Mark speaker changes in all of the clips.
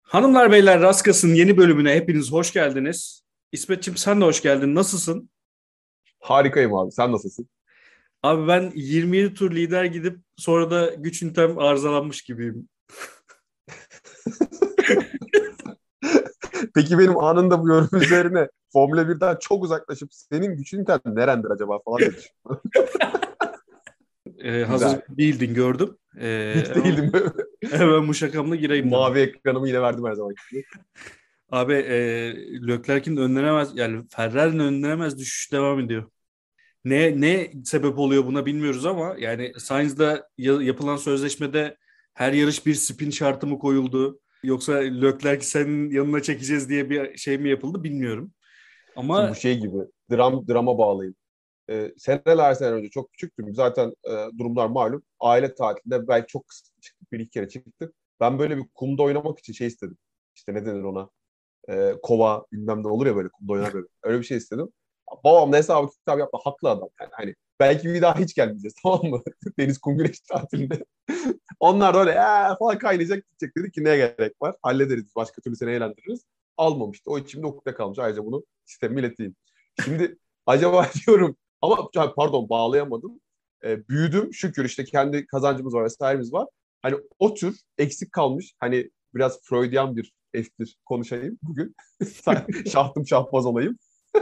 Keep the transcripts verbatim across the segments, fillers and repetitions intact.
Speaker 1: Hanımlar beyler Raskas'ın yeni bölümüne hepiniz hoş geldiniz. İsmetciğim sen de hoş geldin. Nasılsın?
Speaker 2: Harikayım abi. Sen nasılsın?
Speaker 1: Abi ben yirmi yedi tur lider gidip sonra da güç ünitem arızalanmış gibiyim.
Speaker 2: Peki benim anında bu yorum üzerine Formula birden çok uzaklaşıp senin güçlü üniten nerendir acaba falan diye düşünüyorum.
Speaker 1: Ee, hazır
Speaker 2: Güzel.
Speaker 1: değildin gördüm. Ee,
Speaker 2: Hiç
Speaker 1: hemen,
Speaker 2: değildim.
Speaker 1: hemen bu şakamla gireyim dedim.
Speaker 2: Mavi ekranımı yine verdim her zaman gibi.
Speaker 1: Abi e, Leclerc'in önlenemez yani Ferrari'nin önlenemez düşüş devam ediyor. Ne ne sebep oluyor buna bilmiyoruz ama yani Sainz'da ya- yapılan sözleşmede her yarış bir spin şartı mı koyuldu? Yoksa Leclerc'i senin yanına çekeceğiz diye bir şey mi yapıldı bilmiyorum.
Speaker 2: Şimdi
Speaker 1: Ama
Speaker 2: bu şey gibi dram drama bağlayayım. Ee, seneler seneler önce çok küçüktüm. Zaten e, durumlar malum. Aile tatilinde belki çok kısa çıktık. Bir iki kere çıktık. Ben böyle bir kumda oynamak için şey istedim. İşte ne denir ona? Ee, kova bilmem ne olur ya böyle kumda oynar böyle. Öyle bir şey istedim. Babam da hesabı kitap yaptı. Haklı adam. Yani hani belki bir daha hiç gelmeyeceğiz tamam mı? Deniz kum güneş tatilinde. Onlar da öyle "Ee," falan kaynayacak gidecek. Dedik ki ne gerek var? Hallederiz. Başka türlü seni eğlendiririz. Almamıştı. O içimde ukde kalmış. Ayrıca bunu sistemime ileteyim. Şimdi acaba diyorum ama pardon bağlayamadım. Ee, büyüdüm şükür işte kendi kazancımız var vesairemiz var. Hani o tür eksik kalmış. Hani biraz Freudian bir estir konuşayım bugün. Şahtım şahbaz olayım.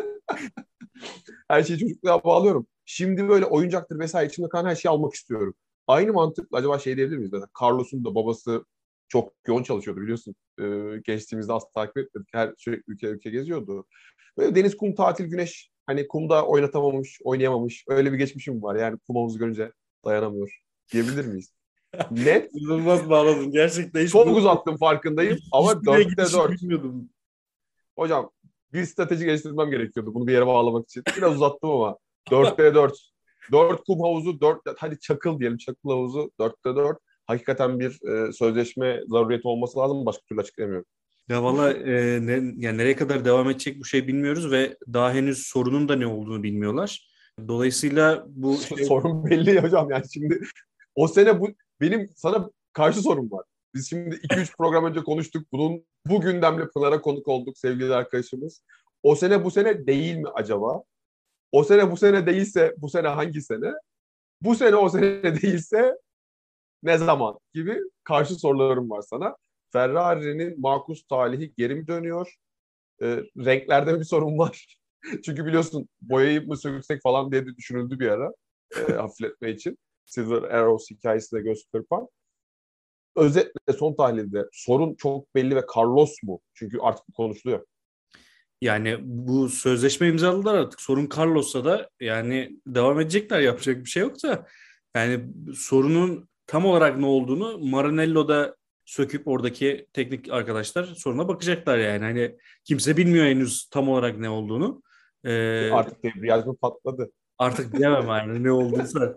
Speaker 2: Her şeyi çocukluğa bağlıyorum. Şimdi böyle oyuncaktır vesaire içimde kalan her şeyi almak istiyorum. Aynı mantıkla acaba şey diyebilir miyiz? Mesela Carlos'un da babası çok yoğun çalışıyordu biliyorsun. Ee, gençliğimizde az takip etmedik. Her sürekli ülke ülke geziyordu. Böyle deniz, kum, tatil, güneş. Hani kumda oynatamamış, oynayamamış. Öyle bir geçmişim var. Yani kum havuzu görünce dayanamıyor diyebilir miyiz? Net.
Speaker 1: inanılmaz bağladın. Gerçekten hiç
Speaker 2: Çok
Speaker 1: bu
Speaker 2: uzattım farkındayım.
Speaker 1: hiç, hiç
Speaker 2: Ama
Speaker 1: buraya
Speaker 2: dörtte
Speaker 1: gidişini
Speaker 2: dört.
Speaker 1: bilmiyordum.
Speaker 2: Hocam bir strateji geliştirmem gerekiyordu bunu bir yere bağlamak için. Biraz uzattım ama. Dörtte dört. Dört kum havuzu, dört, hadi çakıl diyelim çakıl havuzu, dörtte dört. Hakikaten bir e, sözleşme zaruriyeti olması lazım. Başka türlü açıklayamıyorum.
Speaker 1: Ya valla e, ne, yani nereye kadar devam edecek bu şey bilmiyoruz ve daha henüz sorunun da ne olduğunu bilmiyorlar. Dolayısıyla bu şey
Speaker 2: Sorun belli hocam yani şimdi o sene bu benim sana karşı sorum var. Biz şimdi iki üç program önce konuştuk. Bunun bu gündemle Pınar'a konuk olduk sevgili arkadaşımız. O sene bu sene değil mi acaba? O sene bu sene değilse bu sene hangi sene? Bu sene o sene değilse ne zaman gibi karşı sorularım var sana. Ferrari'nin makus talihi geri mi dönüyor? E, renklerde bir sorun var. Çünkü biliyorsun boyayı mı söksek falan diye de düşünüldü bir ara e, hafifletme için. Silver Arrows hikayesine göz kırpan. Özetle son tahlilde sorun çok belli ve Carlos mu? Çünkü artık bu konuşuluyor.
Speaker 1: yani bu sözleşme imzaladılar artık. Sorun Carlos'sa da yani devam edecekler yapacak bir şey yoksa yani sorunun tam olarak ne olduğunu Maranello'da söküp oradaki teknik arkadaşlar soruna bakacaklar yani. Hani kimse bilmiyor henüz tam olarak ne olduğunu. Ee,
Speaker 2: Artık debriyaj mı patladı?
Speaker 1: artık bilemem yani ne olduysa.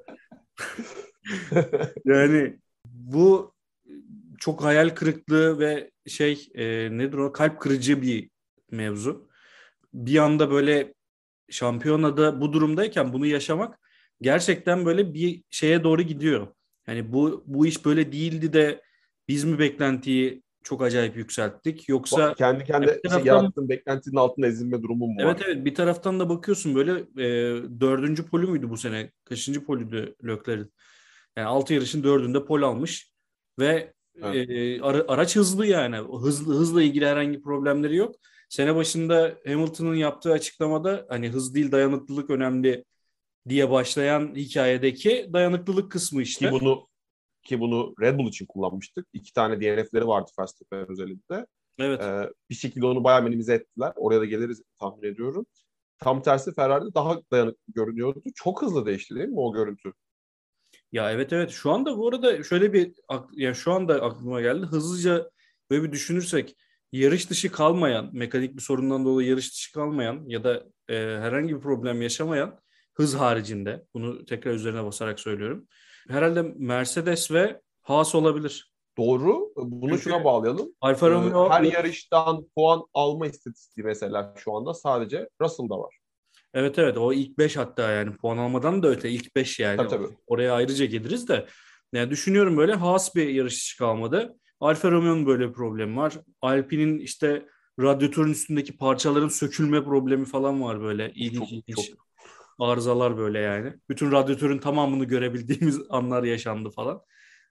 Speaker 1: Yani bu çok hayal kırıklığı ve şey e, nedir o kalp kırıcı bir mevzu. Bir anda böyle şampiyonada bu durumdayken bunu yaşamak gerçekten böyle bir şeye doğru gidiyor. Yani bu bu iş böyle değildi de biz mi beklentiyi çok acayip yükselttik yoksa
Speaker 2: Kendi
Speaker 1: ya
Speaker 2: kendi
Speaker 1: bir
Speaker 2: şey,
Speaker 1: taraftan
Speaker 2: yarattığın beklentinin altında ezilme durumun mu
Speaker 1: evet
Speaker 2: var?
Speaker 1: evet bir taraftan da bakıyorsun böyle e, dördüncü polü müydü bu sene? Kaçıncı polüydü Leclerc'in? Yani altı yarışın dördünde pol almış ve
Speaker 2: Evet.
Speaker 1: e, ara- araç hızlı yani. Hızlı, hızla ilgili herhangi problemleri yok. Sene başında Hamilton'ın yaptığı açıklamada hani hız değil dayanıklılık önemli diye başlayan hikayedeki dayanıklılık kısmı
Speaker 2: Ki
Speaker 1: işte.
Speaker 2: bunu ki bunu Red Bull için kullanmıştık. İki tane D N F'leri vardı Verstappen özellikle.
Speaker 1: Evet.
Speaker 2: Ee, bir şekilde onu bayağı minimize ettiler. Oraya da geliriz tahmin ediyorum. Tam tersi Ferrari'de daha dayanıklı görünüyordu. Çok hızlı değişti değil mi o görüntü?
Speaker 1: Ya evet evet şu anda bu arada şöyle bir ak- ya şu anda aklıma geldi. Hızlıca böyle bir düşünürsek yarış dışı kalmayan, mekanik bir sorundan dolayı yarış dışı kalmayan ya da e, herhangi bir problem yaşamayan hız haricinde bunu tekrar üzerine basarak söylüyorum. Herhalde Mercedes ve Haas olabilir.
Speaker 2: Doğru. Bunu şuna
Speaker 1: Çünkü
Speaker 2: bağlayalım.
Speaker 1: Alfa
Speaker 2: Ee,
Speaker 1: Romeo
Speaker 2: her yarıştan puan alma istatistiği mesela şu anda sadece Russell'da var.
Speaker 1: evet evet o ilk beş hatta yani puan almadan da öte ilk beş yani
Speaker 2: Tabii tabii.
Speaker 1: oraya ayrıca geliriz de. Yani düşünüyorum böyle Haas bir yarış dışı kalmadı. Alfa Romeo'nun böyle bir problemi var. Alpine'in işte radyatörün üstündeki parçaların sökülme problemi falan var böyle.
Speaker 2: Çok
Speaker 1: İlginç ilginç
Speaker 2: çok
Speaker 1: arızalar böyle yani. Bütün radyatörün tamamını görebildiğimiz anlar yaşandı falan.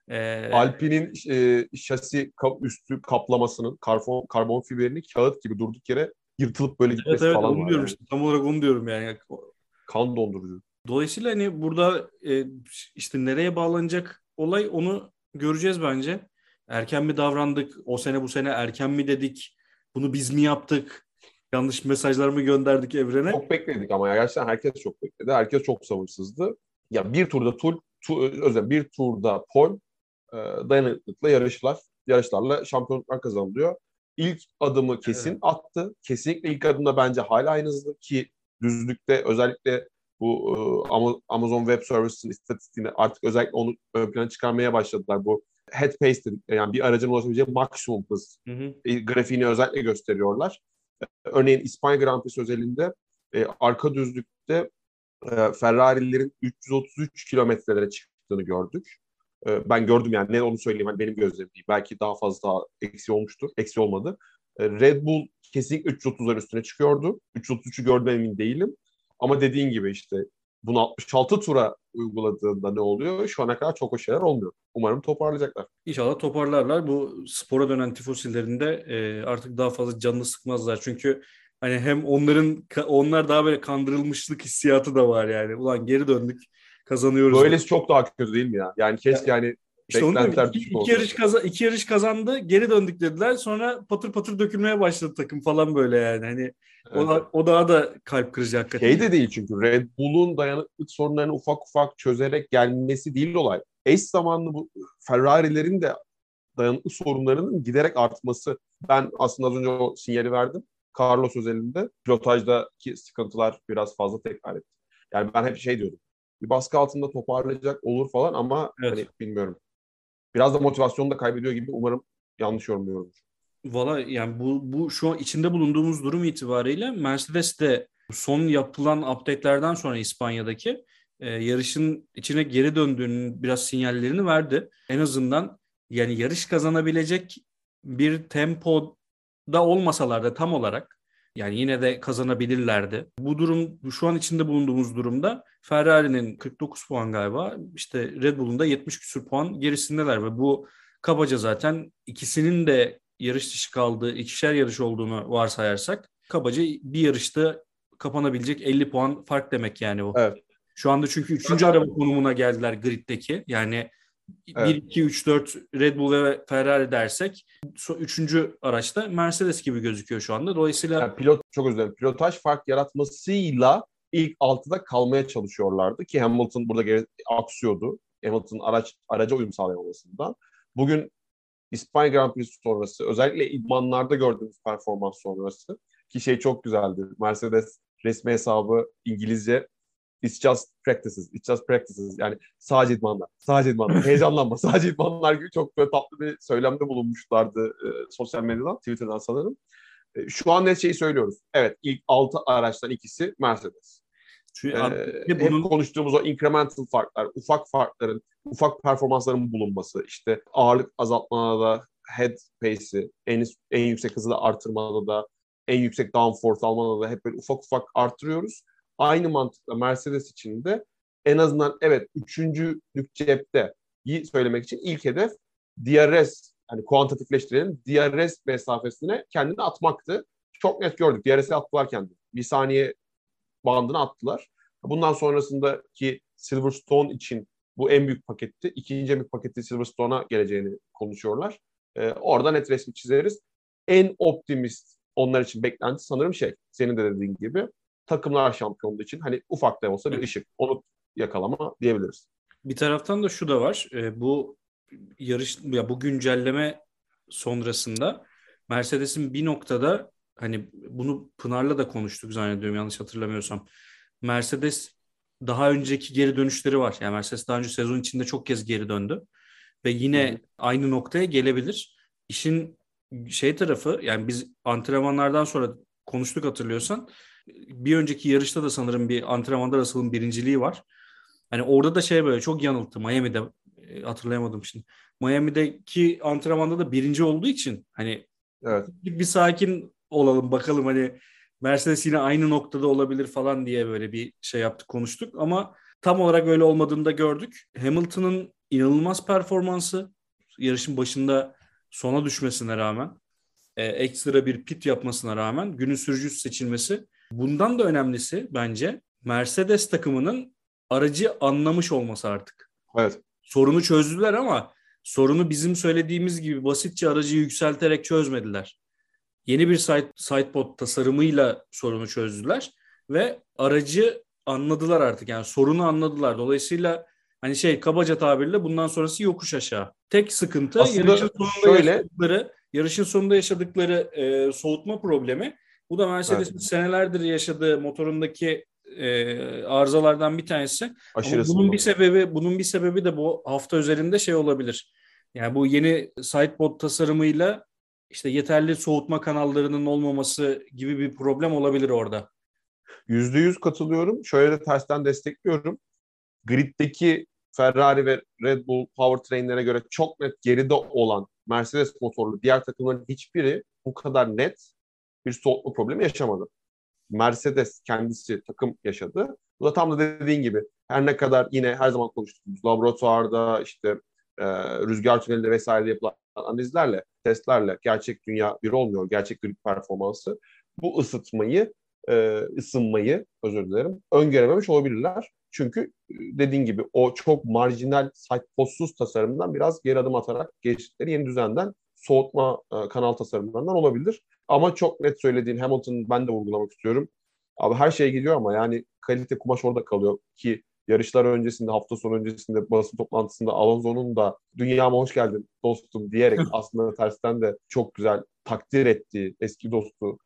Speaker 1: Ee,
Speaker 2: Alpine'in e, şasi ka- üstü kaplamasının karbon, karbon fiberini kağıt gibi durduk yere yırtılıp böyle
Speaker 1: evet
Speaker 2: gitmesi
Speaker 1: evet
Speaker 2: falan
Speaker 1: onu
Speaker 2: var
Speaker 1: diyorum
Speaker 2: yani.
Speaker 1: işte. Tam olarak onu diyorum yani.
Speaker 2: Kan dondurucu.
Speaker 1: Dolayısıyla hani burada e, işte nereye bağlanacak olay onu göreceğiz bence. Erken mi davrandık? O sene bu sene erken mi dedik? Bunu biz mi yaptık? Yanlış mesajlar mı gönderdik evrene?
Speaker 2: Çok bekledik ama ya gerçekten herkes çok bekledi. Herkes çok sabırsızdı. Ya bir turda tur, tu, özel bir turda pol e, dayanıklılıkla yarışlar, yarışlarla şampiyonluklar kazanılıyor. İlk adımı kesin
Speaker 1: Evet.
Speaker 2: attı. Kesinlikle ilk adımda bence hala aynı hızlı ki düzlükte özellikle bu e, Ama- Amazon Web Services'in istatistiğini artık özellikle onu ön plana çıkarmaya başladılar. Bu head pace dedikleri yani bir aracın ulaşabileceği maksimum hız
Speaker 1: Hı hı.
Speaker 2: e, grafiğini özellikle gösteriyorlar. Örneğin İspanya Grand Prix özelinde e, arka düzlükte e, Ferrari'lerin üç yüz otuz üç kilometrelere çıktığını gördük. E, ben gördüm yani ne onu söyleyeyim hani benim gözlemim değil. Belki daha fazla daha eksi olmuştur. Eksi olmadı. E, Red Bull kesinlikle üç yüz otuzların üstüne çıkıyordu. üç yüz otuz üçü gördüm emin değilim. Ama dediğin gibi işte bunu altmış altı tura uyguladığında ne oluyor? Şu ana kadar çok o şeyler olmuyor. Umarım toparlayacaklar.
Speaker 1: İnşallah toparlarlar. Bu spora dönen tifosilerin de e, artık daha fazla canını sıkmazlar. Çünkü hani hem onların onlar daha böyle kandırılmışlık hissiyatı da var yani. Ulan geri döndük, kazanıyoruz.
Speaker 2: Böylesi çok daha kötü değil mi ya? Yani keşke yani
Speaker 1: İşte onu diyorum.
Speaker 2: beklentiler
Speaker 1: İki,
Speaker 2: düşük
Speaker 1: iki
Speaker 2: olsa.
Speaker 1: yarış kaza, iki yarış kazandı. Geri döndük dediler. Sonra patır patır dökülmeye başladı takım falan böyle yani. Hani o,
Speaker 2: Evet.
Speaker 1: da, o daha da kalp kırıcı hakikaten.
Speaker 2: Şey de değil çünkü Red Bull'un dayanıklık sorunlarını ufak ufak çözerek gelmesi değil olay. Eş zamanlı bu Ferrari'lerin de dayanıklık sorunlarının giderek artması. Ben aslında az önce o sinyali verdim. Carlos özelinde pilotajdaki sıkıntılar biraz fazla tekrar etti. Yani ben hep şey diyordum. Bir baskı altında toparlayacak olur falan ama
Speaker 1: Evet.
Speaker 2: hani bilmiyorum. Biraz da motivasyonu da kaybediyor gibi umarım yanlış yorumluyorum.
Speaker 1: Valla yani bu, bu şu an içinde bulunduğumuz durum itibariyle Mercedes de son yapılan update'lerden sonra İspanya'daki e, yarışın içine geri döndüğünün biraz sinyallerini verdi. En azından yani yarış kazanabilecek bir tempoda olmasalar da tam olarak yani yine de kazanabilirlerdi. Bu durum şu an içinde bulunduğumuz durumda Ferrari'nin kırk dokuz puan galiba işte Red Bull'un da yetmiş küsur puan gerisindeler ve bu kabaca zaten ikisinin de yarış dışı kaldığı ikişer yarış olduğunu varsayarsak kabaca bir yarışta kapanabilecek elli puan fark demek yani bu.
Speaker 2: Evet.
Speaker 1: Şu anda çünkü üçüncü araba
Speaker 2: Zaten
Speaker 1: konumuna geldiler griddeki. Yani bir
Speaker 2: evet.
Speaker 1: iki üç dört Red Bull ve Ferrari dersek üçüncü araçta Mercedes gibi gözüküyor şu anda. Dolayısıyla
Speaker 2: Yani pilot çok özür dilerim. Pilotaj fark yaratmasıyla ilk altıda kalmaya çalışıyorlardı ki Hamilton burada geri aksıyordu. Hamilton araç araca uyum sağlayamamasından. Bugün İspanya Grand Prix sonrası özellikle idmanlarda gördüğümüz performans sonrası ki şey çok güzeldi. Mercedes resmi hesabı İngilizce It's just practices, it's just practices. Yani sadece idmanlar, sadece idmanlar. Heyecanlanma, sadece idmanlar gibi çok böyle tatlı bir söylemde bulunmuşlardı e, sosyal medyadan, Twitter'dan sanırım. E, şu an net şeyi söylüyoruz. Evet, ilk altı araçtan ikisi Mercedes.
Speaker 1: çünkü
Speaker 2: E, hep
Speaker 1: bunun
Speaker 2: konuştuğumuz o incremental farklar, ufak farkların, ufak performansların bulunması, işte ağırlık azaltmada da head pace'i, en, en yüksek hızı da artırmada da, en yüksek downforce almada da hep böyle ufak ufak artırıyoruz. Aynı mantıkla Mercedes için de en azından evet üçüncülük cepte söylemek için ilk hedef D R S, hani kuantifikleştirelim, D R S mesafesine kendini atmaktı. Çok net gördük. D R S'i attılar kendini. Bir saniye bandını attılar. Bundan sonrasındaki Silverstone için bu en büyük paketti. İkinci en büyük paketi Silverstone'a geleceğini konuşuyorlar. Ee, orada net resmi çizeriz. En optimist onlar için beklenti sanırım şey, senin de dediğin gibi takımlar şampiyonluğu için hani ufak da olsa bir ışık. Onu yakalama diyebiliriz.
Speaker 1: bir taraftan da şu da var. E, bu yarış ya bu güncelleme sonrasında Mercedes'in bir noktada hani bunu Pınar'la da konuştuk zannediyorum yanlış hatırlamıyorsam. Mercedes daha önceki geri dönüşleri var. Yani Mercedes daha önce sezon içinde çok kez geri döndü ve
Speaker 2: Hı hı.
Speaker 1: yine aynı noktaya gelebilir. İşin şey tarafı yani biz antrenmanlardan sonra konuştuk hatırlıyorsan. Bir önceki yarışta da sanırım bir antrenmanda Russell'ın birinciliği var. Hani orada da şey böyle çok yanılttı Miami'de e, hatırlayamadım şimdi. Miami'deki antrenmanda da birinci olduğu için hani
Speaker 2: Evet.
Speaker 1: bir sakin olalım bakalım hani Mercedes yine aynı noktada olabilir falan diye böyle bir şey yaptık konuştuk ama tam olarak öyle olmadığını da gördük. Hamilton'ın inanılmaz performansı yarışın başında sona düşmesine rağmen e, ekstra bir pit yapmasına rağmen günün sürücüsü seçilmesi. Bundan da önemlisi bence Mercedes takımının aracı anlamış olması artık.
Speaker 2: Evet.
Speaker 1: Sorunu çözdüler ama sorunu bizim söylediğimiz gibi basitçe aracı yükselterek çözmediler. Yeni bir side, sidepod tasarımıyla sorunu çözdüler ve aracı anladılar artık. Yani sorunu anladılar. Dolayısıyla hani şey kabaca tabirle bundan sonrası yokuş aşağı. Tek sıkıntı yarışın
Speaker 2: Aslında
Speaker 1: sonunda
Speaker 2: şöyle
Speaker 1: yaşadıkları, yarışın sonunda yaşadıkları e, soğutma problemi. Bu da
Speaker 2: evet,
Speaker 1: Mercedes'in senelerdir yaşadığı motorundaki e, arızalardan bir tanesi.
Speaker 2: aşırı
Speaker 1: Ama bunun bir
Speaker 2: ısınma.
Speaker 1: sebebi, bunun bir sebebi de bu hafta üzerinde şey olabilir. Yani bu yeni sidepod tasarımıyla işte yeterli soğutma kanallarının olmaması gibi bir problem olabilir orada.
Speaker 2: Yüzde yüz katılıyorum. Şöyle de tersten destekliyorum. Griddeki Ferrari ve Red Bull powertrain'lere göre çok net geride olan Mercedes motorlu diğer takımların hiçbiri bu kadar net bir soğutma problemi yaşamadı. Mercedes kendisi takım yaşadı. Bu da tam da dediğin gibi her ne kadar yine her zaman konuştuğumuz laboratuvarda işte e, rüzgar tünelinde vesaire yapılan analizlerle, testlerle gerçek dünya bir olmuyor. Gerçek grid performansı. Bu ısıtmayı, e, ısınmayı özür dilerim öngörememiş olabilirler. Çünkü e, dediğin gibi o çok marjinal sidepodsuz tasarımdan biraz geri adım atarak geçtikleri yeni düzenden soğutma e, kanal tasarımlarından olabilir. Ama çok net söylediğin Hamilton'ı ben de vurgulamak istiyorum. Abi her şeye gidiyor ama yani kalite kumaş orada kalıyor ki yarışlar öncesinde, hafta sonu öncesinde basın toplantısında Alonso'nun da dünyama hoş geldin dostum diyerek aslında tersten de çok güzel takdir ettiği eski dostu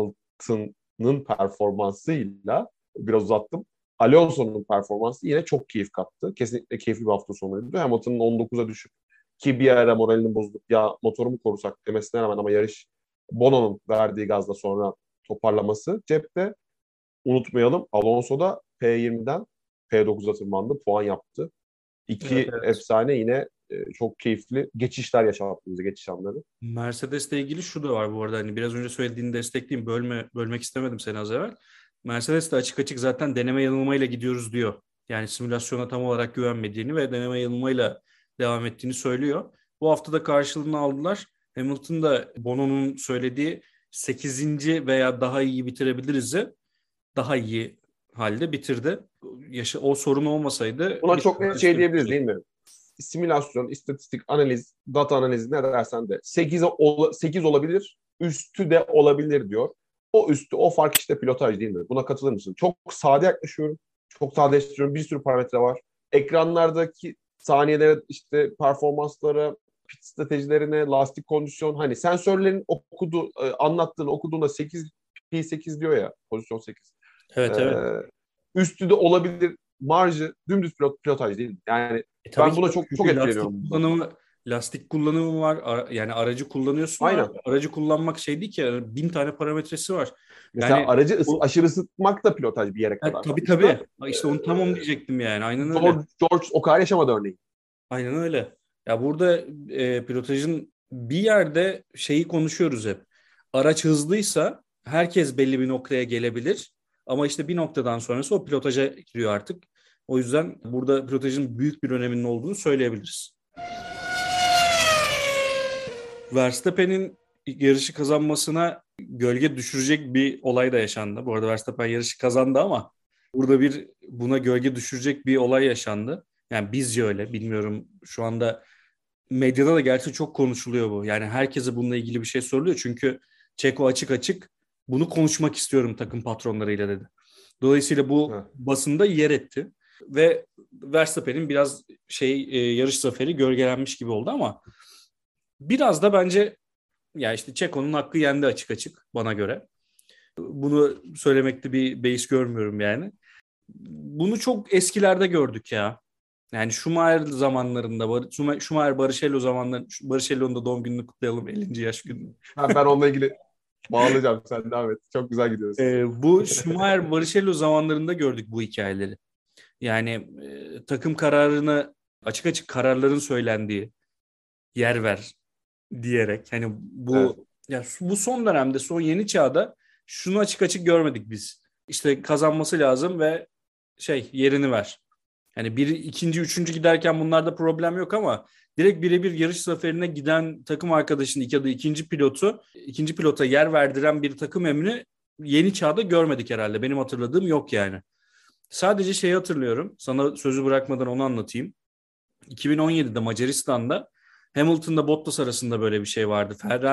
Speaker 2: Hamilton'ın performansıyla biraz uzattım. Alonso'nun performansı yine çok keyif kattı. Kesinlikle keyifli bir hafta sonuydu. Hamilton'ın on dokuza düşüp ki bir ara moralinin bozulup ya motorumu korusak demesine rağmen ama yarış Bono'nun verdiği gazla sonra toparlaması cepte. Unutmayalım Alonso da P yirmiden P dokuza tırmandı. Puan yaptı.
Speaker 1: Evet,
Speaker 2: İki
Speaker 1: evet.
Speaker 2: efsane yine e, çok keyifli geçişler yaşattı bize geçiş anları.
Speaker 1: Mercedes'le ilgili şu da var bu arada. Hani biraz önce söylediğini destekleyeyim. Bölme, bölmek istemedim seni az evvel. Mercedes de açık açık zaten deneme yanılmayla gidiyoruz diyor. Yani simülasyona tam olarak güvenmediğini ve deneme yanılmayla devam ettiğini söylüyor. Bu hafta da karşılığını aldılar. Hamilton da Bono'nun söylediği sekizinci veya daha iyi bitirebiliriz'i daha iyi halde bitirdi. Yaşa, o sorun olmasaydı
Speaker 2: Buna
Speaker 1: bir
Speaker 2: çok net şey
Speaker 1: üstü
Speaker 2: diyebiliriz değil
Speaker 1: bitecek.
Speaker 2: mi? Simülasyon, istatistik, analiz, data analizi ne dersen de sekiz, ol, sekiz olabilir, üstü de olabilir diyor. O üstü, o fark işte pilotaj değil mi? Buna katılır mısın? Çok sade yaklaşıyorum. Çok sadeleştiriyorum. Bir sürü parametre var. Ekranlardaki saniyelere, işte performanslara, pit stratejilerine, lastik kondisyon, hani sensörlerin okudu, e, anlattığını okuduğunda sekiz pi sekiz diyor ya, pozisyon sekiz.
Speaker 1: Evet, evet.
Speaker 2: Ee, üstü de olabilir marjı dümdüz pilot, pilotaj değil. Yani
Speaker 1: E, tabii
Speaker 2: ben
Speaker 1: ki
Speaker 2: buna
Speaker 1: de
Speaker 2: çok çok
Speaker 1: çünkü lastik
Speaker 2: etkileniyorum bundan.
Speaker 1: kullanımı lastik kullanımı var. Ara- yani aracı kullanıyorsun. Abi.
Speaker 2: Aynen.
Speaker 1: Aracı kullanmak şey değil ki. Yani bin tane parametresi var.
Speaker 2: Mesela
Speaker 1: Yani
Speaker 2: aracı ıs-
Speaker 1: bu
Speaker 2: aşırı ısıtmak da pilotaj bir yere
Speaker 1: ha,
Speaker 2: kadar
Speaker 1: tabii
Speaker 2: sonuçta.
Speaker 1: tabii.
Speaker 2: Ee,
Speaker 1: İşte onu tam onu diyecektim yani. Aynen öyle.
Speaker 2: George, George o kadar yaşamadı örneğin.
Speaker 1: Aynen öyle. Ya burada e, pilotajın bir yerde şeyi konuşuyoruz hep. Araç hızlıysa herkes belli bir noktaya gelebilir. Ama işte bir noktadan sonrası o pilotaja giriyor artık. O yüzden burada pilotajın büyük bir öneminin olduğunu söyleyebiliriz. Verstappen'in yarışı kazanmasına gölge düşürecek bir olay da yaşandı. Bu arada Verstappen yarışı kazandı ama burada bir buna gölge düşürecek bir olay yaşandı. Yani bizce öyle. Bilmiyorum şu anda medyada da gerçi çok konuşuluyor bu. Yani herkese bununla ilgili bir şey soruluyor. Çünkü Çeko açık açık bunu konuşmak istiyorum takım patronlarıyla dedi. Dolayısıyla bu
Speaker 2: Heh.
Speaker 1: basında yer etti. Ve Verstappen'in biraz şey e, yarış zaferi gölgelenmiş gibi oldu ama biraz da bence ya işte Çeko'nun hakkı yendi açık açık bana göre. Bunu söylemekte bir beis görmüyorum yani. Bunu çok eskilerde gördük ya. Yani Schumacher zamanlarında, Bar- Schumacher Barrichello zamanları, Barrichello'nun da doğum gününü kutlayalım ellinci yaş gününü.
Speaker 2: Ben, ben onunla ilgili bağlayacağım. Sen devam et. Çok güzel gidiyoruz.
Speaker 1: Ee, bu Schumacher Barrichello zamanlarında gördük bu hikayeleri. Yani e, takım kararını açık açık kararların söylendiği yer ver diyerek. Hani bu
Speaker 2: Evet.
Speaker 1: ya bu son dönemde, son yeni çağda şunu açık açık görmedik biz. İşte kazanması lazım ve şey yerini ver. Yani bir, ikinci, üçüncü giderken bunlarda problem yok ama direkt birebir yarış zaferine giden takım arkadaşının ya da ikinci pilotu, ikinci pilota yer verdiren bir takım emri yeni çağda görmedik herhalde. Benim hatırladığım yok yani. Sadece şeyi hatırlıyorum. Sana sözü bırakmadan onu anlatayım. iki bin on yedide Macaristan'da Hamilton'la Bottas arasında böyle bir şey vardı.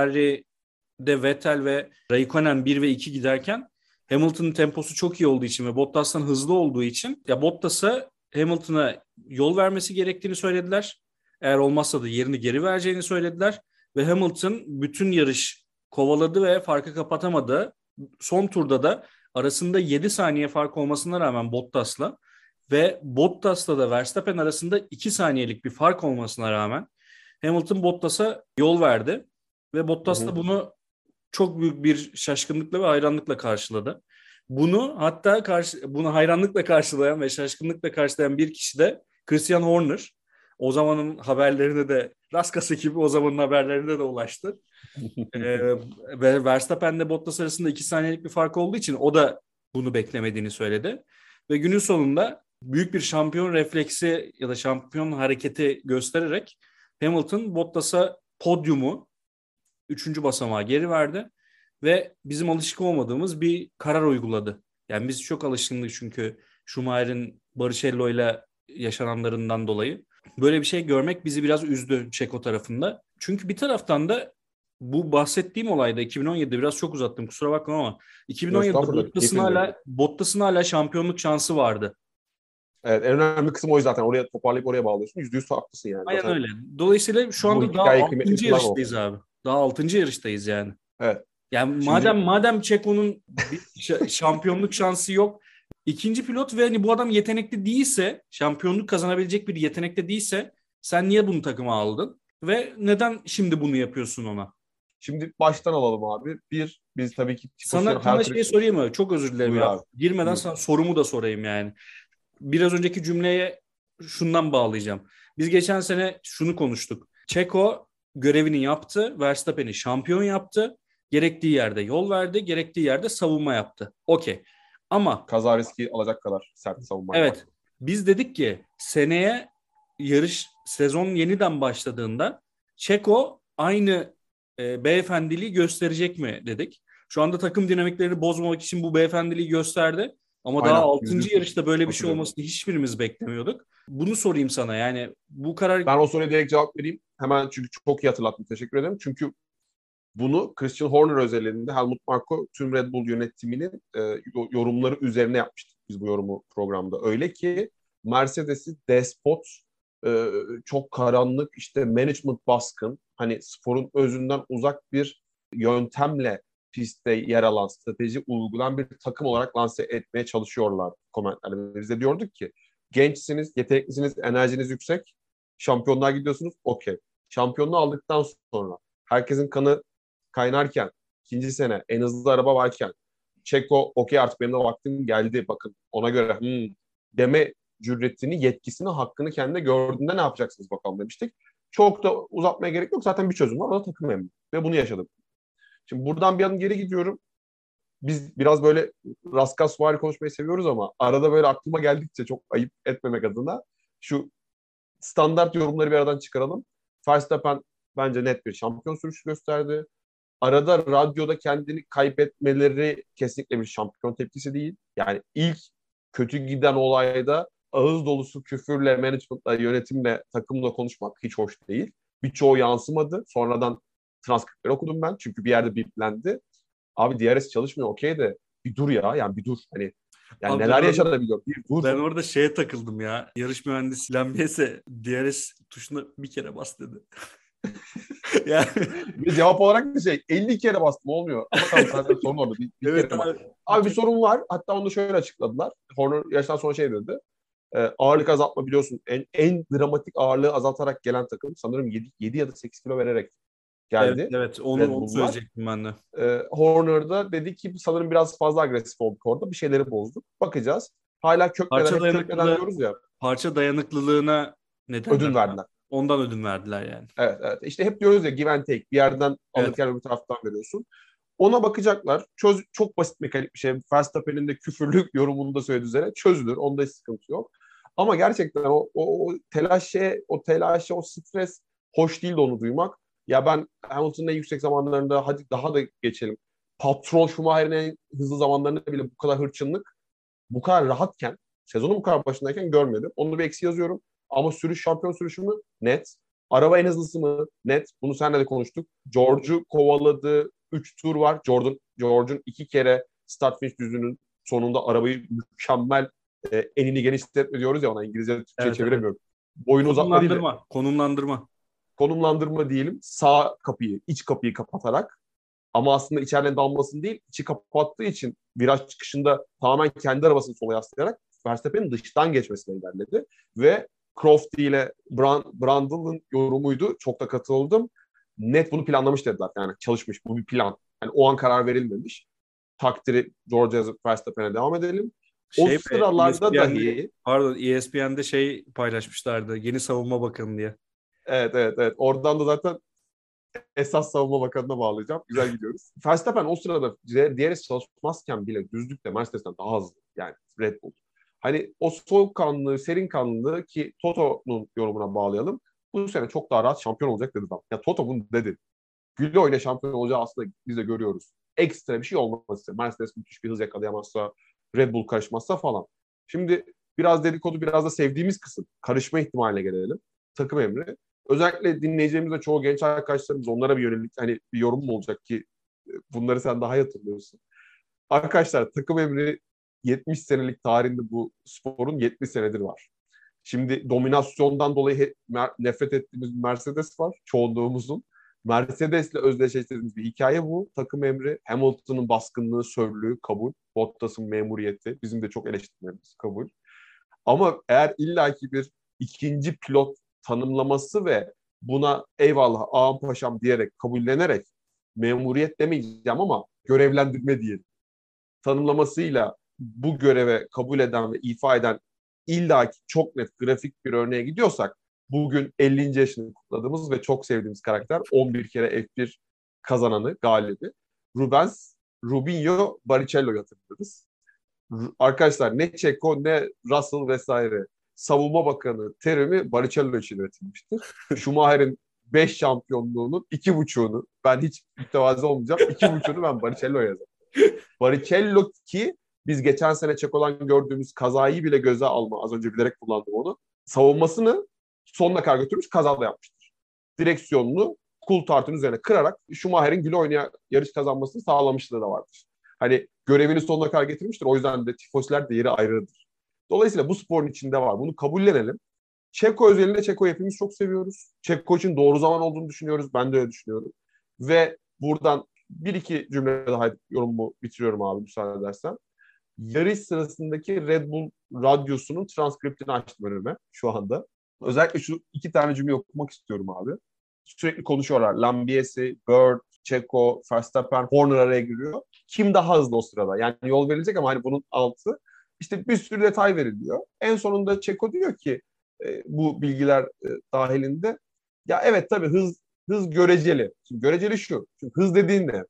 Speaker 1: Ferrari'de Vettel ve Raikkonen bir ve iki giderken Hamilton'ın temposu çok iyi olduğu için ve Bottas'tan hızlı olduğu için ya Bottas'a Hamilton'a yol vermesi gerektiğini söylediler. Eğer olmazsa da yerini geri vereceğini söylediler. Ve Hamilton bütün yarış kovaladı ve farkı kapatamadı. Son turda da arasında yedi saniye fark olmasına rağmen Bottas'la ve Bottas'la da Verstappen arasında iki saniyelik bir fark olmasına rağmen Hamilton Bottas'a yol verdi. Ve Bottas da bunu çok büyük bir şaşkınlıkla ve hayranlıkla karşıladı. Bunu hatta karşı, bunu hayranlıkla karşılayan ve şaşkınlıkla karşılayan bir kişi de Christian Horner. O zamanın haberlerine de Raskas gibi o zamanın haberlerine de ulaştı. ee, ve Verstappen'le Bottas arasında iki saniyelik bir fark olduğu için o da bunu beklemediğini söyledi. Ve günün sonunda büyük bir şampiyon refleksi ya da şampiyon hareketi göstererek Hamilton Bottas'a podyumu üçüncü basamağa geri verdi ve bizim alışık olmadığımız bir karar uyguladı. Yani biz çok alışkındık çünkü Schumacher'in Barrichello'yla yaşananlarından dolayı. Böyle bir şey görmek bizi biraz üzdü Çeko tarafında. Çünkü bir taraftan da bu bahsettiğim olayda iki bin on yedide biraz çok uzattım kusura bakma ama iki bin on yedide Bottas'ın hala, Bottas'ın hala şampiyonluk şansı vardı.
Speaker 2: Evet, en önemli kısım o zaten. Oraya toparlayıp oraya bağlıyorsun. Yüzde yüz haklısın yani.
Speaker 1: Aynen
Speaker 2: Zaten
Speaker 1: öyle. Dolayısıyla şu anda daha altıncı yarıştayız abi. Daha altıncı yarıştayız yani.
Speaker 2: Evet.
Speaker 1: Yani
Speaker 2: Şimdi...
Speaker 1: madem madem Çeko'nun bir şampiyonluk şansı yok. İkinci pilot ve hani bu adam yetenekli değilse, şampiyonluk kazanabilecek bir yetenekte değilse sen niye bunu takıma aldın? Ve neden şimdi bunu yapıyorsun ona?
Speaker 2: Şimdi baştan alalım abi. Bir, biz tabii ki...
Speaker 1: Sana, sana şey sorayım mı? Çok özür dilerim
Speaker 2: Buyur
Speaker 1: ya.
Speaker 2: Abi.
Speaker 1: Girmeden
Speaker 2: Buyur.
Speaker 1: sana sorumu da sorayım yani. Biraz önceki cümleye şundan bağlayacağım. Biz geçen sene şunu konuştuk. Çeko görevini yaptı. Verstappen'i şampiyon yaptı. Gerektiği yerde yol verdi. Gerektiği yerde savunma yaptı. Okey. Ama
Speaker 2: kaza riski alacak kadar sert savunma.
Speaker 1: Evet. Var. Biz dedik ki seneye yarış sezon yeniden başladığında Çeko aynı e, beyefendiliği gösterecek mi dedik. Şu anda takım dinamiklerini bozmamak için bu beyefendiliği gösterdi. Ama
Speaker 2: Aynen,
Speaker 1: daha altıncı yarışta böyle bir şey olmasını hiçbirimiz beklemiyorduk. Bunu sorayım sana yani bu karar...
Speaker 2: Ben o soruya direkt cevap vereyim. Hemen çünkü çok iyi hatırlattın. Teşekkür ederim. Çünkü bunu Christian Horner özelliğinde Helmut Marko tüm Red Bull yönetiminin e, yorumları üzerine yapmıştık biz bu yorumu programda. Öyle ki Mercedes'i despot, e, çok karanlık, işte management baskın, hani sporun özünden uzak bir yöntemle pistte yer alan, strateji uygulayan bir takım olarak lanse etmeye çalışıyorlar komentlerinde. Biz de diyorduk ki gençsiniz, yeteneklisiniz, enerjiniz yüksek, şampiyonluğa gidiyorsunuz, okey. Şampiyonluğu aldıktan sonra herkesin kanı kaynarken, ikinci sene en hızlı araba varken Çeko okey artık benim de vaktim geldi bakın ona göre hmm, deme cüretini, yetkisini, hakkını kendine gördüğünde ne yapacaksınız bakalım demiştik. Çok da uzatmaya gerek yok. Zaten bir çözüm var. O da takım emri. Ve bunu yaşadım. Şimdi buradan bir adım geri gidiyorum. Biz biraz böyle raskas-vari konuşmayı seviyoruz ama arada böyle aklıma geldikçe çok ayıp etmemek adına şu standart yorumları bir aradan çıkaralım. Verstappen bence net bir şampiyon sürüşü gösterdi. Arada radyoda kendini kaybetmeleri kesinlikle bir şampiyon tepkisi değil. Yani ilk kötü giden olayda ağız dolusu küfürle, management'la, yönetimle, takımla konuşmak hiç hoş değil. Birçoğu yansımadı. Sonradan transkriptleri okudum ben. Çünkü bir yerde biplendi. Abi D R S çalışmıyor okey de bir dur ya. Yani bir dur. Hani yani
Speaker 1: Abi
Speaker 2: neler
Speaker 1: ben
Speaker 2: yaşanabiliyor? Bir dur.
Speaker 1: Ben orada şeye takıldım ya. Yarış mühendisi Lambiyese D R S tuşuna bir kere bas dedi.
Speaker 2: yani bir cevap olarak bir şey elli kere bastım olmuyor. Ama tamam zaten sorun orada. Bir, bir evet, kere abi. abi bir sorun var. Hatta onu da şöyle açıkladılar. Horner yaştan sonra şey dedi. E, ağırlık azaltma biliyorsun. En, en dramatik ağırlığı azaltarak gelen takım sanırım yedi, yedi ya da sekiz kilo vererek geldi.
Speaker 1: Evet, evet. Onu, onu söyleyecektim ben de.
Speaker 2: E, Horner'da dedi ki sanırım biraz fazla agresif olduk orada. Bir şeyleri bozduk. Bakacağız. Hala kökmeden, hep kökmeden diyoruz ya.
Speaker 1: Parça dayanıklılığına Ne derler
Speaker 2: Ödün
Speaker 1: ona?
Speaker 2: verdiler.
Speaker 1: Ondan ödün verdiler yani.
Speaker 2: Evet, evet. İşte hep diyoruz ya, give and take. Bir yerden
Speaker 1: Evet.
Speaker 2: alırken öbür taraftan veriyorsun. Ona bakacaklar. Çöz, çok basit mekanik bir şey. Verstappen'in de küfürlü yorumunda söylediği üzere çözülür. Onda hiç sıkıntı yok. Ama gerçekten o, o, o telaşe, o telaşe, o stres hoş değil de onu duymak. Ya ben Hamilton'ın en yüksek zamanlarında, hadi daha da geçelim, patron Schumacher'in en hızlı zamanlarında bile bu kadar hırçınlık, bu kadar rahatken, sezonun bu kadar başındayken görmedim. Onu bir eksi yazıyorum. Ama sürüş, şampiyon sürüşü mü? Net. Araba en hızlısı mı? Net. Bunu seninle de konuştuk. George'u kovaladı. Üç tur var. Jordan, George'un iki kere start finish düzlüğünün sonunda arabayı mükemmel, e, enini genişletme diyoruz ya ona. İngilizce Türkçe'ye
Speaker 1: Evet, evet.
Speaker 2: çeviremiyorum. Boyunu uzatma değil de
Speaker 1: Konumlandırma. Konumlandırma.
Speaker 2: konumlandırma diyelim. Sağ kapıyı, iç kapıyı kapatarak, ama aslında içeriden dalmasını değil, içi kapattığı için viraj çıkışında tamamen kendi arabasını sola yaslayarak Verstappen'in dıştan geçmesine ilerledi. Ve Croft ile Brand, Brundle'ın yorumuydu. Çok da katıldım. Net bunu planlamış dediler. Yani çalışmış, bu bir plan. Yani o an karar verilmemiş. Takdiri George Verstappen'e devam edelim. O
Speaker 1: Şey be,
Speaker 2: sıralarda
Speaker 1: E S P N'de
Speaker 2: dahi
Speaker 1: pardon E S P N'de şey paylaşmışlardı. Yeni savunma bakanı diye.
Speaker 2: evet, evet, evet. Oradan da zaten esas savunma bakanına bağlayacağım. Güzel gidiyoruz. Verstappen o sırada D R S çalışmazken bile düzlükte Mercedes'ten daha hızlı. Yani Red Bull. Hani o soğukkanlı, serin kanlılığı, ki Toto'nun yorumuna bağlayalım. Bu sene çok daha rahat şampiyon olacak dedi adam. Ya Toto bunu dedi. Gülle oyna şampiyon olacağı aslında biz de görüyoruz. Ekstra bir şey olması. Mercedes müthiş bir hız yakalayamazsa, Red Bull karışmazsa falan. Şimdi biraz dedikodu, biraz da sevdiğimiz kısım. Karışma ihtimaline gelelim. Takım emri. Özellikle dinleyeceğimiz de çoğu genç arkadaşlarımız, onlara bir yönelik hani bir yorum mu olacak ki bunları sen daha iyi hatırlıyorsun. Arkadaşlar, takım emri yetmiş senelik tarihinde bu sporun yetmiş senedir var. Şimdi dominasyondan dolayı he, nefret ettiğimiz bir Mercedes var. Çoğunluğumuzun. Mercedes'le özdeşleştirdiğimiz bir hikaye bu. Takım emri, Hamilton'ın baskınlığı, sörlüğü kabul. Bottas'ın memuriyeti, bizim de çok eleştirmemiz kabul. Ama eğer illaki bir ikinci pilot tanımlaması ve buna eyvallah ağam paşam diyerek, kabullenerek, memuriyet demeyeceğim ama görevlendirme diyelim, tanımlamasıyla bu göreve kabul eden ve ifa eden illaki çok net grafik bir örneğe gidiyorsak, bugün ellinci yaşını kutladığımız ve çok sevdiğimiz karakter, on bir kere F bir kazananı, galibi Rubens Rubinho Barrichello'yu hatırlarız. Arkadaşlar, ne Checo ne Russell vesaire savunma bakanı terimi Barrichello için üretilmiştir. Schumacher'in beş şampiyonluğunun iki buçuğunu, ben hiç mütevazı olmayacağım, iki buçuğunu ben Barrichello'ya yazarım. Barrichello ki biz geçen sene Checo'dan gördüğümüz kazayı bile göze alma, az önce bilerek kullandım onu, savunmasını sonuna kadar götürmüş, kazada yapmıştır. Direksiyonunu Coulthard'ın üzerine kırarak Schumacher'in güle oynaya yarış kazanmasını sağlamışlığı da vardır. Hani görevini sonuna kadar getirmiştir. O yüzden de tifosiler de yeri ayrıdır. Dolayısıyla bu sporun içinde var. Bunu kabullenelim. Çeko özelinde, Çeko hepimiz çok seviyoruz. Çeko için doğru zaman olduğunu düşünüyoruz. Ben de öyle düşünüyorum. Ve buradan bir iki cümle daha yorumumu bitiriyorum abi, müsaade edersen. Yarış sırasındaki Red Bull radyosunun transkriptini açtım önüme şu anda. Özellikle şu iki tane cümle okumak istiyorum abi. Sürekli konuşuyorlar. Lambiesi, Bird, Checo, Verstappen, Horner araya giriyor. Kim daha hızlı o sırada? Yani yol verilecek ama hani bunun altı. İşte bir sürü detay veriliyor. En sonunda Checo diyor ki e, bu bilgiler e, dahilinde, ya evet tabii hız hız göreceli. Şimdi göreceli şu. Şimdi hız dediğin ne?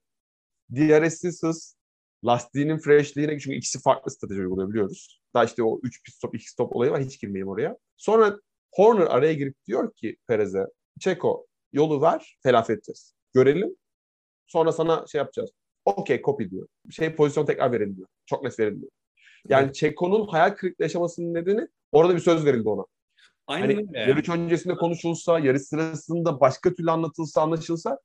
Speaker 2: D R S'siz hız, lastiğinin freshliğine, çünkü ikisi farklı strateji uygulayabiliyoruz. Daha işte o üç pit stop, iki stop olayı var. Hiç girmeyeyim oraya. Sonra Horner araya girip diyor ki Perez'e, Checo yolu ver, telafi edeceğiz. Görelim. Sonra sana şey yapacağız. Okey, copy diyor. Şey, pozisyon tekrar verin diyor. Çok net verin diyor. Yani evet. Checo'nun hayal kırıklığı yaşamasının nedeni, orada bir söz verildi ona.
Speaker 1: Aynen
Speaker 2: hani
Speaker 1: öyle.
Speaker 2: Yarış öncesinde konuşulsa, yarış sırasında başka türlü anlatılsa, anlaşılsa,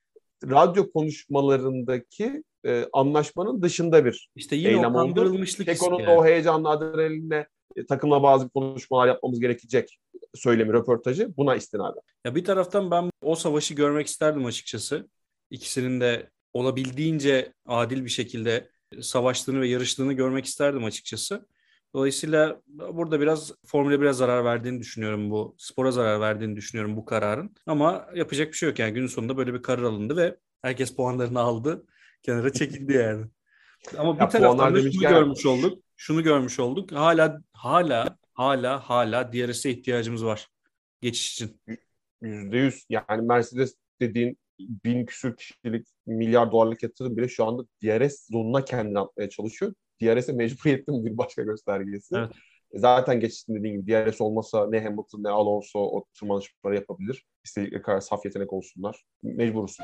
Speaker 2: radyo konuşmalarındaki e, anlaşmanın dışında bir
Speaker 1: işte yine
Speaker 2: eylem
Speaker 1: o
Speaker 2: oldu.
Speaker 1: kandırılmışlık hissi
Speaker 2: Checo'nun
Speaker 1: yani.
Speaker 2: da o heyecanlı adrenalinle e, takımla bazı konuşmalar yapmamız gerekecek söylemi, röportajı buna istinaden.
Speaker 1: Ya bir taraftan ben o savaşı görmek isterdim açıkçası. İkisinin de olabildiğince adil bir şekilde savaştığını ve yarıştığını görmek isterdim açıkçası. Dolayısıyla burada biraz Formula bire zarar verdiğini düşünüyorum bu. Spora zarar verdiğini düşünüyorum bu kararın. Ama yapacak bir şey yok yani. Günün sonunda böyle bir karar alındı ve herkes puanlarını aldı. Kenara çekildi yani. Ama bir
Speaker 2: Ya
Speaker 1: taraftan
Speaker 2: puanlar
Speaker 1: da şunu
Speaker 2: demişken,
Speaker 1: görmüş olduk. Şunu görmüş olduk. Hala hala hala hala D R S'e ihtiyacımız var. geçiş için.
Speaker 2: Yüzde yüz. Yani Mercedes dediğin bin küsür kişilik milyar dolarlık yatırım bile şu anda D R S zonuna kendini atmaya çalışıyor. D R S'e mecburiyetin bir başka göstergesi.
Speaker 1: Evet.
Speaker 2: Zaten geçişinde dediğim gibi D R S olmasa ne Hamilton ne Alonso o tırmanışları yapabilir. İstedikleri kadar saf yetenek olsunlar. Mecburuz.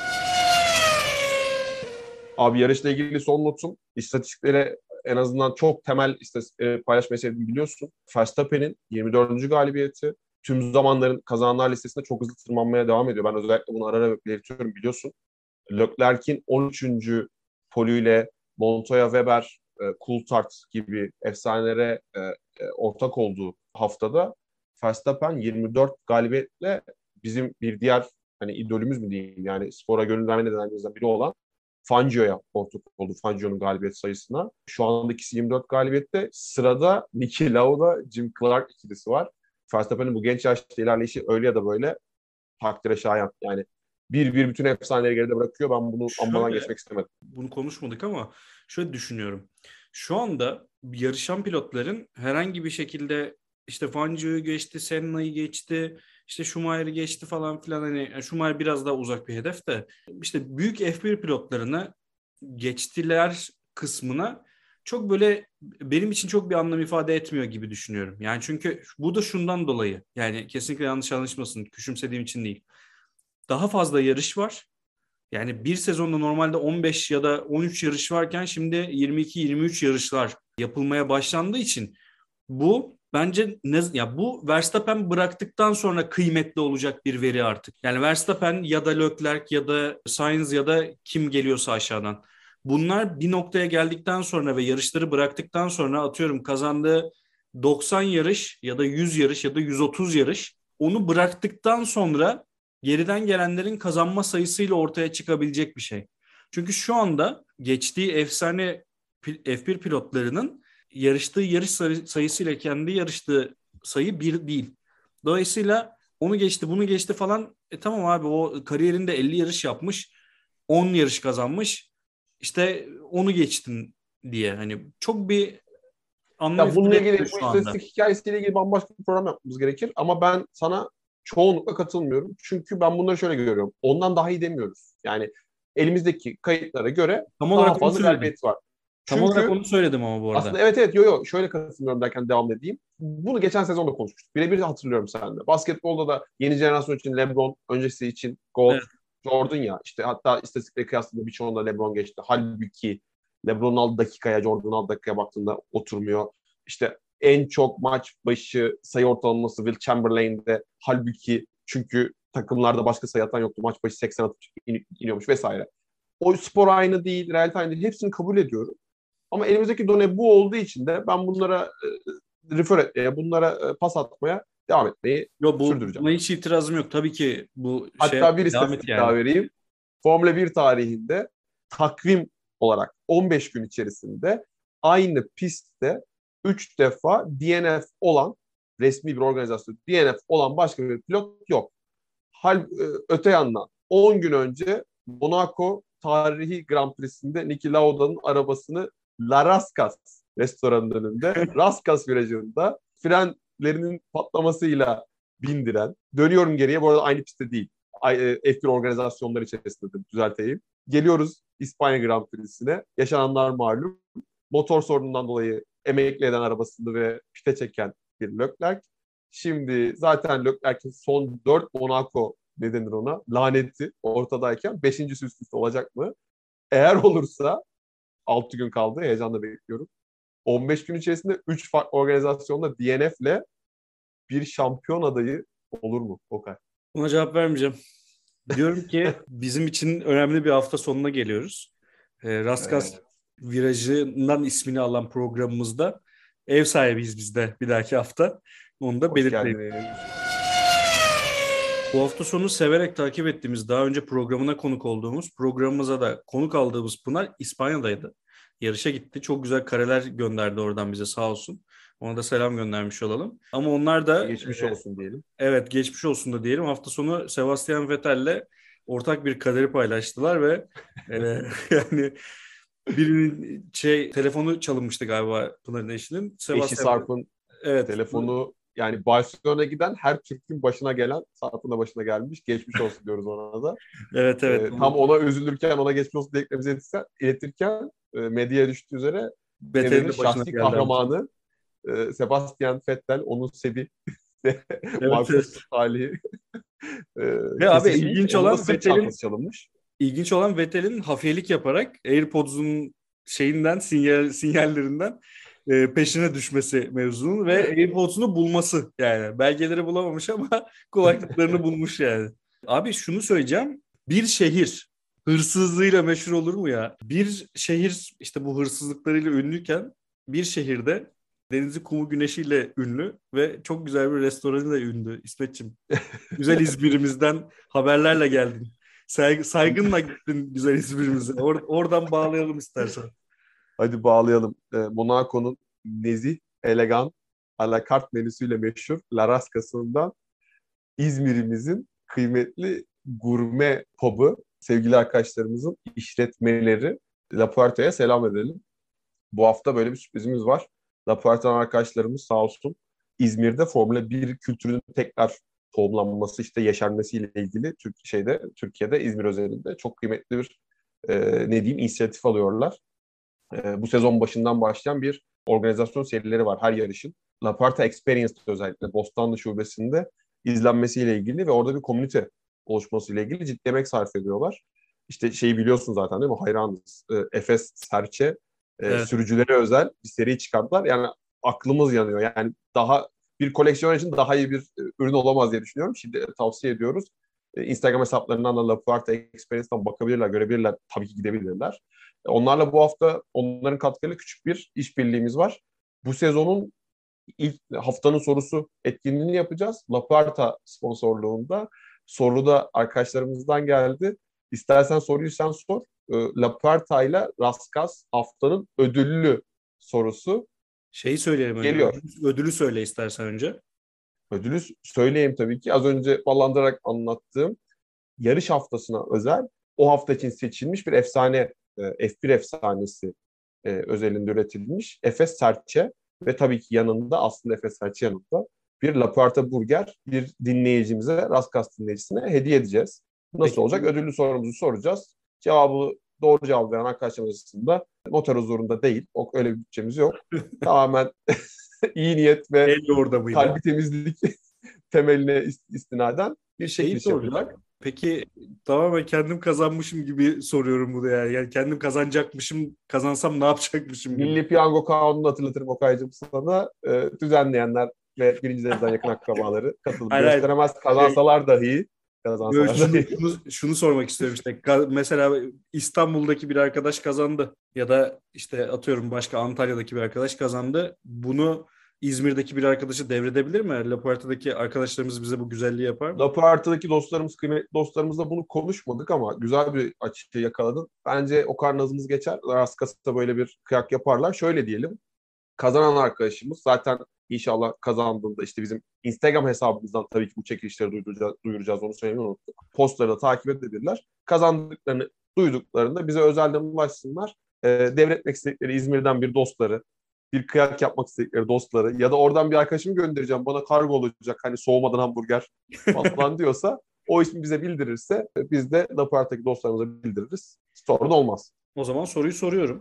Speaker 2: Abi yarışla ilgili son notum. İstatistiklere en azından çok temel istatistik, paylaşmayı sevdiğimi biliyorsun. Verstappen'in yirmi dördüncü galibiyeti. Tüm zamanların kazananlar listesinde çok hızlı tırmanmaya devam ediyor. Ben özellikle bunu ara ara belirtiyorum biliyorsun. Leclerc'in on üçüncü polüyle Montoya, Weber, e, Coulthard gibi efsanelere e, e, ortak olduğu haftada Verstappen yirmi dört galibiyetle bizim bir diğer hani idolümüz mü diyeyim yani spora gönül verme nedenlerimizden biri olan Fangio'ya ortak oldu. Fangio'nun galibiyet sayısına. Şu anda ikisi yirmi dört galibiyette. Sırada Niki Lauda, Jim Clark ikilisi var. Verstappen'in bu genç yaşta ilerleyişi öyle ya da böyle takdire şayan. Yani bir bir bütün efsaneleri geride bırakıyor. Ben bunu anmadan
Speaker 1: Şöyle,
Speaker 2: geçmek istemedim.
Speaker 1: bunu konuşmadık ama şöyle düşünüyorum. Şu anda yarışan pilotların herhangi bir şekilde işte Fangio'yu geçti, Senna'yı geçti, işte Schumacher'ı geçti falan filan, hani Schumacher biraz daha uzak bir hedef de işte büyük F bir pilotlarını geçtiler kısmına çok böyle benim için çok bir anlam ifade etmiyor gibi düşünüyorum. Yani çünkü bu da şundan dolayı, yani kesinlikle yanlış anlaşılmasın, küçümsediğim için değil. Daha fazla yarış var. Yani bir sezonda normalde on beş ya da on üç yarış varken şimdi yirmi iki yirmi üç yarışlar yapılmaya başlandığı için bu bence ne, ya bu Verstappen bıraktıktan sonra kıymetli olacak bir veri artık. Yani Verstappen ya da Leclerc ya da Sainz ya da kim geliyorsa aşağıdan. Bunlar bir noktaya geldikten sonra ve yarışları bıraktıktan sonra atıyorum kazandığı doksan yarış ya da yüz yarış ya da yüz otuz yarış, onu bıraktıktan sonra geriden gelenlerin kazanma sayısıyla ortaya çıkabilecek bir şey. Çünkü şu anda geçtiği efsane F bir pilotlarının yarıştığı yarış sayısıyla kendi yarıştığı sayı bir değil. Dolayısıyla onu geçti, bunu geçti falan. E tamam abi, o kariyerinde elli yarış yapmış, on yarış kazanmış. İşte onu geçtin diye hani çok bir anlam
Speaker 2: Ya bununla
Speaker 1: ifade etmiyor
Speaker 2: ilgili bu
Speaker 1: şu anda.
Speaker 2: istatistik hikayesiyle ilgili bambaşka bir program yapmamız gerekir. Ama ben sana çoğunlukla katılmıyorum. Çünkü ben bunları şöyle görüyorum. Ondan daha iyi demiyoruz. Yani elimizdeki kayıtlara göre
Speaker 1: Tam
Speaker 2: daha
Speaker 1: olarak onu
Speaker 2: fazla
Speaker 1: söyledim.
Speaker 2: galibiyet var.
Speaker 1: Tam olarak
Speaker 2: Çünkü
Speaker 1: onu söyledim ama bu
Speaker 2: aslında
Speaker 1: arada.
Speaker 2: evet evet yo yo şöyle katılmıyorum derken devam edeyim. Bunu geçen sezonda konuşmuştuk. Birebir hatırlıyorum seninle. Basketbolda da yeni jenerasyon için LeBron, öncesi için GOAT,
Speaker 1: Evet.
Speaker 2: Jordan ya. İşte hatta istatistiklere kıyasla birçoğunda LeBron geçti. Halbuki LeBron'un aldığı dakikaya, Jordan'ın aldığı dakikaya baktığında oturmuyor. İşte en çok maç başı sayı ortalaması Will Chamberlain'de. Halbuki çünkü takımlarda başka sayı atan yoktu. Maç başı seksen atıp in- iniyormuş vesaire. O spor aynı değil, realite aynı değil. Hepsini kabul ediyorum. Ama elimizdeki done bu olduğu için de ben bunlara e, refer etmeye, bunlara e, pas atmaya devam etmeyi
Speaker 1: Yo, bu,
Speaker 2: sürdüreceğim.
Speaker 1: buna hiç itirazım yok. Tabii ki bu şey
Speaker 2: Hatta bir
Speaker 1: devam et
Speaker 2: istatistik
Speaker 1: yani.
Speaker 2: daha vereyim. Formula bir tarihinde takvim olarak on beş gün içerisinde aynı pistte üç defa D N F olan, resmi bir organizasyon D N F olan başka bir pilot yok. Hal, e, öte yandan on gün önce Monaco tarihi Grand Prix'sinde Niki Lauda'nın arabasını La Rascas restoranının önünde Rascas virajında frenlerinin patlamasıyla bindiren, dönüyorum geriye, bu arada aynı pistte değil, F bir organizasyonları içerisinde de düzelteyim. Geliyoruz İspanya Grand Prix'sine. Yaşananlar malum. Motor sorunundan dolayı emekli eden arabasını ve pite çeken bir Leclerc. Şimdi zaten Leclerc'in son dört Monaco, ne denir ona, laneti ortadayken beşincisi üst üste olacak mı? Eğer olursa altı gün kaldı. Heyecanla bekliyorum. on beş gün içerisinde üç farklı organizasyonda D N F'le bir şampiyon adayı olur mu Okay?
Speaker 1: Buna cevap vermeyeceğim. Diyorum ki bizim için önemli bir hafta sonuna geliyoruz. E, Raskas
Speaker 2: Evet.
Speaker 1: virajından ismini alan programımızda ev sahibiyiz biz de bir dahaki hafta. Onu da
Speaker 2: Hoş
Speaker 1: belirteyim.
Speaker 2: geldiniz.
Speaker 1: Bu hafta sonu severek takip ettiğimiz, daha önce programına konuk olduğumuz, programımıza da konuk aldığımız Pınar İspanya'daydı. Yarışa gitti. Çok güzel kareler gönderdi oradan bize, sağ olsun. Ona da selam göndermiş olalım. Ama onlar da
Speaker 2: Geçmiş
Speaker 1: e,
Speaker 2: olsun diyelim.
Speaker 1: evet, geçmiş olsun da diyelim. Hafta sonu Sebastian Vettel'le ortak bir kaderi paylaştılar ve e, yani birinin şey telefonu çalınmıştı galiba Pınar'ın eşinin.
Speaker 2: Eşi
Speaker 1: Sebastian,
Speaker 2: Sarp'ın
Speaker 1: evet,
Speaker 2: telefonu Yani Barcelona'ya giden her Türk'ün başına gelen, Sarp'ın da başına gelmiş. Geçmiş olsun diyoruz ona da.
Speaker 1: Evet evet.
Speaker 2: Ee, tam ona üzülürken, ona geçmiş olsun dileklerimizi iletirken, iletirken e, medyaya düştüğü üzere
Speaker 1: Vettel'in
Speaker 2: Nedir'in
Speaker 1: de başına
Speaker 2: şahsi
Speaker 1: geldi ama.
Speaker 2: kahramanı e, Sebastian Vettel, onun sebi
Speaker 1: Evet
Speaker 2: Marcos'un
Speaker 1: evet.
Speaker 2: talihi e,
Speaker 1: Ve abi
Speaker 2: kesilmiş.
Speaker 1: ilginç
Speaker 2: Onun da
Speaker 1: olan
Speaker 2: sırt
Speaker 1: Vettel'in
Speaker 2: çantası çalınmış.
Speaker 1: ilginç olan Vettel'in hafiyelik yaparak AirPods'un şeyinden sinyal sinyallerinden e, peşine düşmesi mevzunun ve AirPods'unu bulması yani. Belgeleri bulamamış ama kulaklıklarını bulmuş yani. Abi şunu söyleyeceğim. Bir şehir hırsızlığıyla meşhur olur mu ya? Bir şehir işte bu hırsızlıklarıyla ünlüyken bir şehirde denizi, kumu, güneşiyle ünlü ve çok güzel bir restoranıyla ünlü. İsmetciğim, güzel İzmir'imizden haberlerle geldin. Saygı, saygınla gittin güzel İzmir'imize. Or- oradan bağlayalım istersen.
Speaker 2: Hadi bağlayalım. E, Monaco'nun nezih, elegan, à la carte menüsüyle meşhur La Rascas'ından İzmir'imizin kıymetli gurme pub'ı, sevgili arkadaşlarımızın işletmeleri La Puerta'ya selam edelim. Bu hafta böyle bir sürprizimiz var. La Puerta'dan arkadaşlarımız sağ olsun İzmir'de Formula bir kültürünün tekrar tohumlanması, işte yeşermesiyle ilgili Türk şeyde Türkiye'de İzmir özelinde çok kıymetli bir e, ne diyeyim inisiyatif alıyorlar. E, bu sezon başından başlayan bir organizasyon serileri var her yarışın. La Puerta Experience'de özellikle Bostanlı Şubesi'nde izlenmesiyle ilgili ve orada bir komünite oluşmasıyla ilgili ciddi emek sarf ediyorlar. İşte şeyi biliyorsun zaten değil mi? Hayranız. E, Efes Serçe e,
Speaker 1: Evet.
Speaker 2: sürücülere özel bir seri çıkardılar. Yani aklımız yanıyor. Yani daha bir koleksiyon için daha iyi bir e, ürün olamaz diye düşünüyorum. Şimdi e, tavsiye ediyoruz. E, Instagram hesaplarından da La Puerta Experience'dan bakabilirler, görebilirler. Tabii ki gidebilirler. E, onlarla bu hafta onların katkıyla küçük bir işbirliğimiz var. Bu sezonun ilk haftanın sorusu etkinliğini yapacağız. La Puerta sponsorluğunda. Soru da arkadaşlarımızdan geldi. İstersen soruyu sen sor. E, La Puerta ile Raskas haftanın ödüllü sorusu
Speaker 1: Şeyi söyleyelim önce.
Speaker 2: geliyor.
Speaker 1: Ödülü, ödülü söyle istersen önce.
Speaker 2: Ödülü söyleyeyim tabii ki. Az önce ballandırarak anlattığım yarış haftasına özel o hafta için seçilmiş bir efsane, e, F bir efsanesi e, özelinde üretilmiş Efes Serçe ve tabii ki yanında aslında Efes Serçe yanında bir La Puerta Burger bir dinleyicimize, Raskas dinleyicisine hediye edeceğiz. Nasıl
Speaker 1: Peki
Speaker 2: olacak?
Speaker 1: bu
Speaker 2: Ödüllü sorumuzu soracağız. Cevabı doğru cevap veren arkadaşlarımız arasında noter huzurunda değil. O, öyle bir bütçemiz yok. Tamamen iyi niyet ve
Speaker 1: el yordamıyla.
Speaker 2: kalbi temizlik temeline istinaden bir
Speaker 1: Şeyi
Speaker 2: çekiliş
Speaker 1: soracağım.
Speaker 2: yapacak.
Speaker 1: Peki tamamen kendim kazanmışım gibi soruyorum bunu yani. Yani kendim kazanacakmışım, kazansam ne yapacakmışım gibi.
Speaker 2: Milli Piyango Kanunu'nu hatırlatırım Okay'cığım sana. E, düzenleyenler ve birincilerinden yakın akrabaları katılım
Speaker 1: Hayır hayır.
Speaker 2: gösteremez.
Speaker 1: Şey,
Speaker 2: Kazansalar dahi
Speaker 1: böyle
Speaker 2: kazansalar
Speaker 1: şunu,
Speaker 2: dahi.
Speaker 1: şunu, şunu sormak istiyorum işte. Ka- mesela İstanbul'daki bir arkadaş kazandı. Ya da işte atıyorum başka Antalya'daki bir arkadaş kazandı. Bunu İzmir'deki bir arkadaşı devredebilir mi? La Puerta'daki arkadaşlarımız bize bu güzelliği yapar mı?
Speaker 2: Lapuerta'daki dostlarımız, kıymetli dostlarımızla bunu konuşmadık ama güzel bir açı yakaladın. Bence o kadar nazımız geçer. Raskas'ta böyle bir kıyak yaparlar. Şöyle diyelim. Kazanan arkadaşımız zaten inşallah kazandığında işte bizim Instagram hesabımızdan tabii ki bu çekilişleri duyuracağız, duyuracağız onu söylemeyi unuttuk. Postları da takip edebilirler. Kazandıklarını duyduklarında bize özelden ulaşsınlar. Ee, devretmek istedikleri İzmir'den bir dostları, bir kıyak yapmak istedikleri dostları ya da oradan bir arkadaşımı göndereceğim bana kargo olacak hani soğumadan hamburger falan diyorsa o ismi bize bildirirse biz de Lapart'taki dostlarımıza bildiririz. Sorun olmaz.
Speaker 1: O zaman soruyu soruyorum.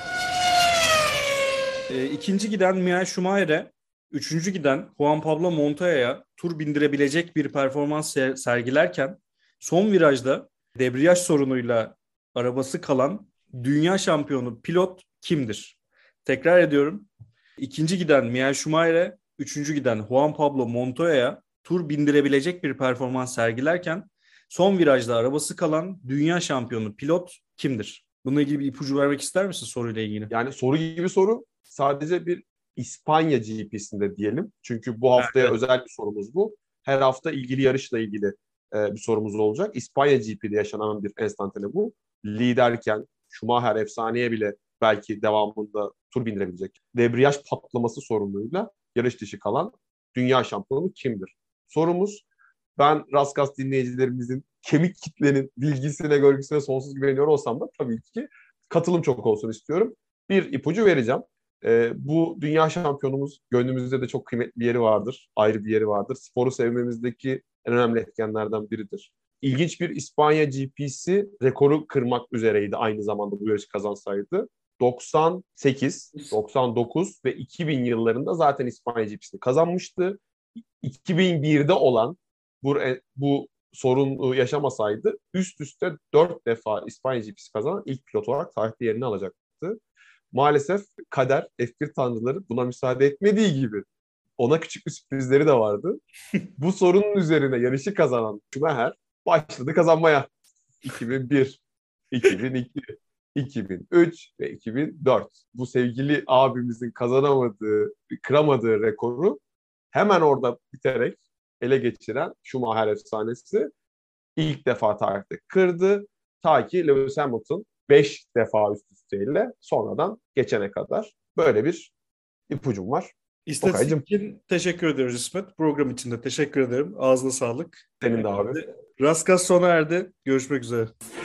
Speaker 1: E, ikinci giden Michael Schumacher'e, üçüncü giden Juan Pablo Montoya'ya tur bindirebilecek bir performans ser- sergilerken son virajda debriyaj sorunuyla arabası kalan dünya şampiyonu pilot kimdir? Tekrar ediyorum. İkinci giden Michael Schumacher'e, üçüncü giden Juan Pablo Montoya'ya tur bindirebilecek bir performans sergilerken son virajda arabası kalan dünya şampiyonu pilot kimdir? Bununla ilgili bir ipucu vermek ister misin soruyla ilgili?
Speaker 2: Yani soru gibi soru sadece bir İspanya G P'sinde diyelim. Çünkü bu haftaya
Speaker 1: Evet.
Speaker 2: özel bir sorumuz bu. Her hafta ilgili yarışla ilgili e, bir sorumuz olacak. İspanya G P'de yaşanan bir enstantane bu. Liderken Schumacher efsaneye bile belki devamında tur bindirebilecek. Debriyaj patlaması sorunuyla yarış dışı kalan dünya şampiyonu kimdir? Sorumuz ben Raskas dinleyicilerimizin kemik kitlenin bilgisine, görgüsüne sonsuz güveniyor olsam da tabii ki katılım çok olsun istiyorum. Bir ipucu vereceğim. E, bu dünya şampiyonumuz gönlümüzde de çok kıymetli bir yeri vardır. Ayrı bir yeri vardır. Sporu sevmemizdeki en önemli etkenlerden biridir. İlginç bir İspanya G P'si rekoru kırmak üzereydi aynı zamanda bu yarışı kazansaydı. doksan sekiz, doksan dokuz ve iki bin yıllarında zaten İspanya G P'sini kazanmıştı. iki bin birde olan bu, bu sorun yaşamasaydı üst üste dört defa İspanya G P'si kazanan ilk pilot olarak tarihte yerini alacaktı. Maalesef kader, F bir tanrıları buna müsaade etmediği gibi ona küçük bir sürprizleri de vardı. Bu sorunun üzerine yarışı kazanan Schumacher başladı kazanmaya. iki bin bir, iki bin iki, iki bin üç ve iki bin dört. Bu sevgili abimizin kazanamadığı, kıramadığı rekoru hemen orada biterek ele geçiren Schumacher efsanesi ilk defa tarihte kırdı. Ta ki Lewis Hamilton beş defa üst üsteyle sonradan geçene kadar. Böyle bir ipucum var.
Speaker 1: İstatistik için teşekkür ediyoruz İsmet. Program için de teşekkür ederim. Ağzına sağlık.
Speaker 2: Senin de abi.
Speaker 1: Raskas sona erdi. Görüşmek üzere.